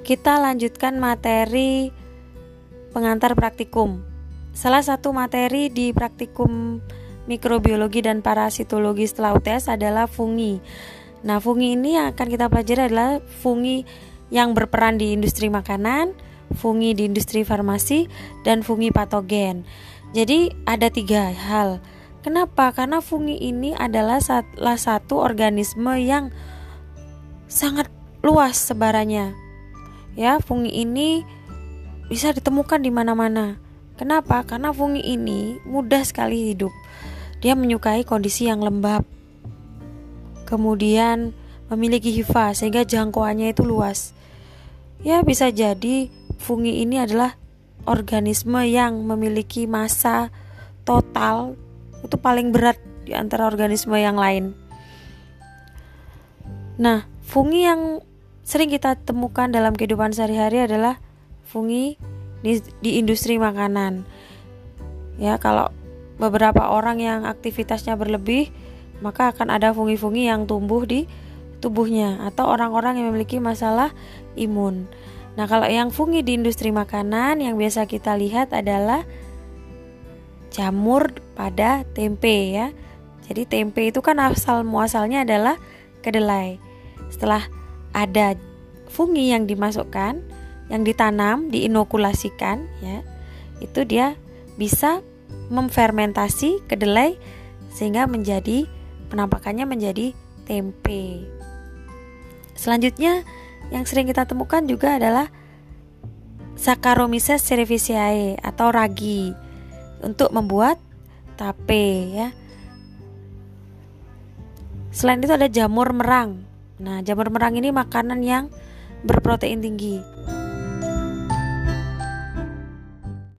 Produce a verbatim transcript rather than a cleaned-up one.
kita lanjutkan materi pengantar praktikum. Salah satu materi di praktikum mikrobiologi dan parasitologi setelah U T S adalah fungi. Nah, fungi ini yang akan kita pelajari adalah fungi yang berperan di industri makanan, fungi di industri farmasi, dan fungi patogen. Jadi ada tiga hal. Kenapa? Karena fungi ini adalah salah satu organisme yang sangat luas sebarannya. Ya, fungi ini bisa ditemukan di mana-mana. Kenapa? Karena fungi ini mudah sekali hidup. Dia menyukai kondisi yang lembab. Kemudian memiliki hifa sehingga jangkauannya itu luas. Ya, bisa jadi fungi ini adalah organisme yang memiliki massa total itu paling berat di antara organisme yang lain. Nah, fungi yang sering kita temukan dalam kehidupan sehari-hari adalah fungi di, di industri makanan. Ya, kalau beberapa orang yang aktivitasnya berlebih, maka akan ada fungi-fungi yang tumbuh di tubuhnya, atau orang-orang yang memiliki masalah imun. Nah, kalau yang fungi di industri makanan yang biasa kita lihat adalah jamur pada tempe ya. Jadi tempe itu kan asal muasalnya adalah kedelai. Setelah ada fungi yang dimasukkan, yang ditanam, diinokulasikan ya, itu dia bisa memfermentasi kedelai sehingga menjadi penampakannya menjadi tempe. Selanjutnya yang sering kita temukan juga adalah Saccharomyces cerevisiae atau ragi untuk membuat tape ya. Selain itu ada jamur merang. Nah, jamur merang ini makanan yang berprotein tinggi.